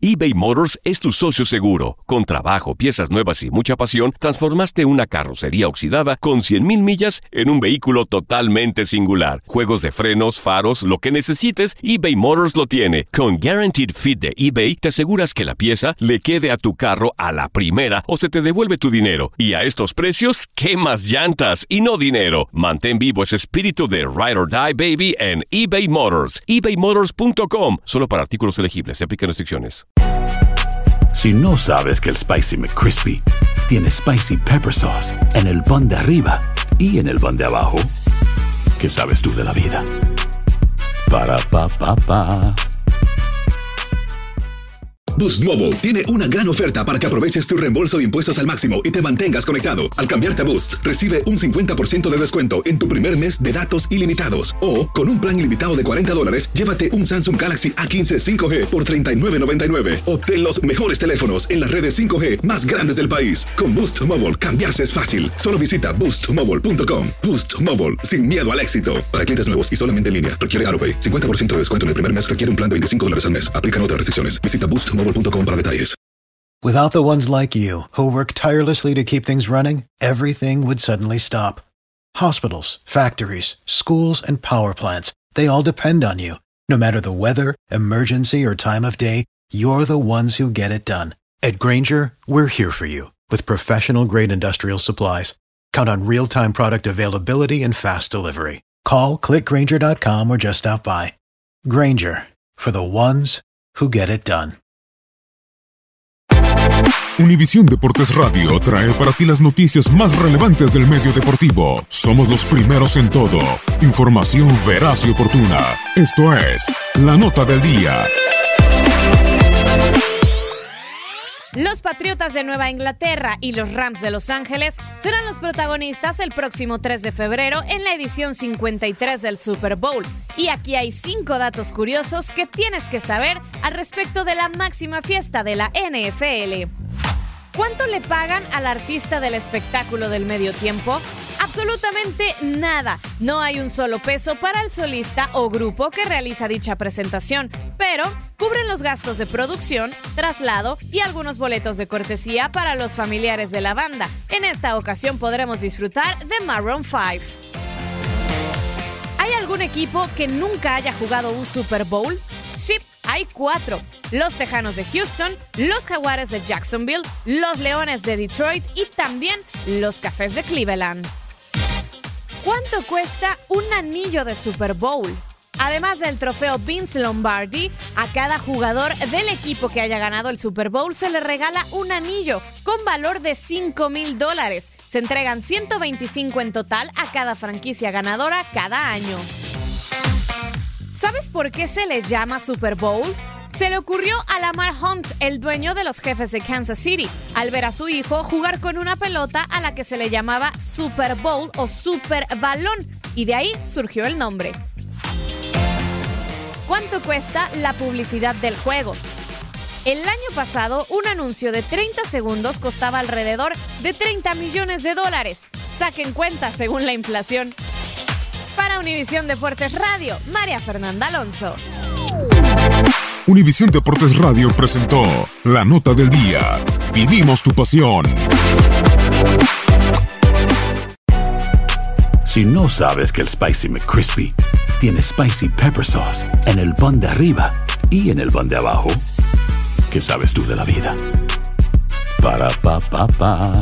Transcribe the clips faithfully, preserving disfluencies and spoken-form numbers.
eBay Motors es tu socio seguro. Con trabajo, piezas nuevas y mucha pasión, transformaste una carrocería oxidada con cien mil millas en un vehículo totalmente singular. Juegos de frenos, faros, lo que necesites, eBay Motors lo tiene. Con Guaranteed Fit de eBay, te aseguras que la pieza le quede a tu carro a la primera o se te devuelve tu dinero. Y a estos precios, ¿qué más llantas y no dinero? Mantén vivo ese espíritu de Ride or Die, baby, en eBay Motors. ebay motors punto com. Solo para artículos elegibles. Se aplican restricciones. Si no sabes que el Spicy McCrispy tiene Spicy Pepper Sauce en el pan de arriba y en el pan de abajo, ¿qué sabes tú de la vida? Para, pa, pa, pa. Boost Mobile tiene una gran oferta para que aproveches tu reembolso de impuestos al máximo y te mantengas conectado. Al cambiarte a Boost, recibe un cincuenta por ciento de descuento en tu primer mes de datos ilimitados. O, con un plan ilimitado de cuarenta dólares, llévate un Samsung Galaxy A quince cinco G por treinta y nueve noventa y nueve. Obtén los mejores teléfonos en las redes cinco G más grandes del país. Con Boost Mobile, cambiarse es fácil. Solo visita boost mobile punto com. Boost Mobile, sin miedo al éxito. Para clientes nuevos y solamente en línea, requiere AutoPay. cincuenta por ciento de descuento en el primer mes, requiere un plan de veinticinco dólares al mes. Aplican otras restricciones. Visita boost mobile punto com para detalles. Without the ones like you, who work tirelessly to keep things running, everything would suddenly stop. Hospitals, factories, schools, and power plants, they all depend on you. No matter the weather, emergency, or time of day, you're the ones who get it done. At Grainger, we're here for you with professional-grade industrial supplies. Count on real-time product availability and fast delivery. Call, click grainger dot com, or just stop by. Grainger, for the ones who get it done. Univisión Deportes Radio trae para ti las noticias más relevantes del medio deportivo. Somos los primeros en todo. Información veraz y oportuna. Esto es La Nota del Día. Los Patriotas de Nueva Inglaterra y los Rams de Los Ángeles serán los protagonistas el próximo tres de febrero en la edición cincuenta y tres del Super Bowl. Y aquí hay cinco datos curiosos que tienes que saber al respecto de la máxima fiesta de la N F L. ¿Cuánto le pagan al artista del espectáculo del medio tiempo? Absolutamente nada. No hay un solo peso para el solista o grupo que realiza dicha presentación, pero cubren los gastos de producción, traslado y algunos boletos de cortesía para los familiares de la banda. En esta ocasión podremos disfrutar de Maroon cinco. ¿Hay algún equipo que nunca haya jugado un Super Bowl? Sí, hay cuatro. Los Tejanos de Houston, los Jaguares de Jacksonville, los Leones de Detroit y también los Cafés de Cleveland. ¿Cuánto cuesta un anillo de Super Bowl? Además del trofeo Vince Lombardi, a cada jugador del equipo que haya ganado el Super Bowl se le regala un anillo con valor de cinco mil dólares. Se entregan ciento veinticinco en total a cada franquicia ganadora cada año. ¿Sabes por qué se le llama Super Bowl? Se le ocurrió a Lamar Hunt, el dueño de los Jefes de Kansas City, al ver a su hijo jugar con una pelota a la que se le llamaba Super Bowl o Super Balón, y de ahí surgió el nombre. ¿Cuánto cuesta la publicidad del juego? El año pasado, un anuncio de treinta segundos costaba alrededor de treinta millones de dólares. Saquen cuenta según la inflación. Para Univisión Deportes Radio, María Fernanda Alonso. Univisión Deportes Radio presentó La Nota del Día. Vivimos tu pasión. Si no sabes que el Spicy McCrispy tiene Spicy Pepper Sauce en el pan de arriba y en el pan de abajo, ¿qué sabes tú de la vida? Para, pa, pa, pa.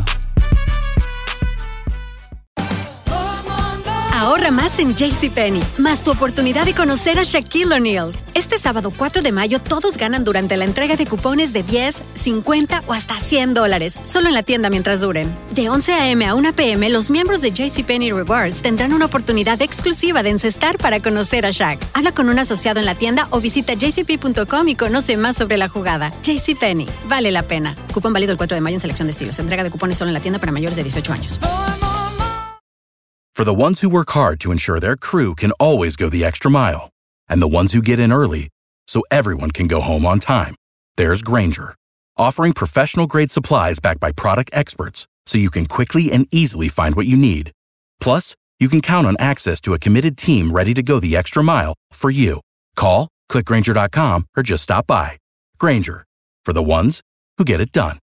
Ahorra más en JCPenney, más tu oportunidad de conocer a Shaquille O'Neal. Este sábado cuatro de mayo todos ganan durante la entrega de cupones de diez, cincuenta o hasta cien dólares, solo en la tienda mientras duren. De once a eme a una pe eme, los miembros de JCPenney Rewards tendrán una oportunidad exclusiva de encestar para conocer a Shaq. Habla con un asociado en la tienda o visita j c p punto com y conoce más sobre la jugada. JCPenney, vale la pena. Cupón válido el cuatro de mayo en selección de estilos. Entrega de cupones solo en la tienda para mayores de dieciocho años. For the ones who work hard to ensure their crew can always go the extra mile, and the ones who get in early so everyone can go home on time, there's Grainger, offering professional-grade supplies backed by product experts so you can quickly and easily find what you need. Plus, you can count on access to a committed team ready to go the extra mile for you. Call, click grainger dot com, or just stop by. Grainger, for the ones who get it done.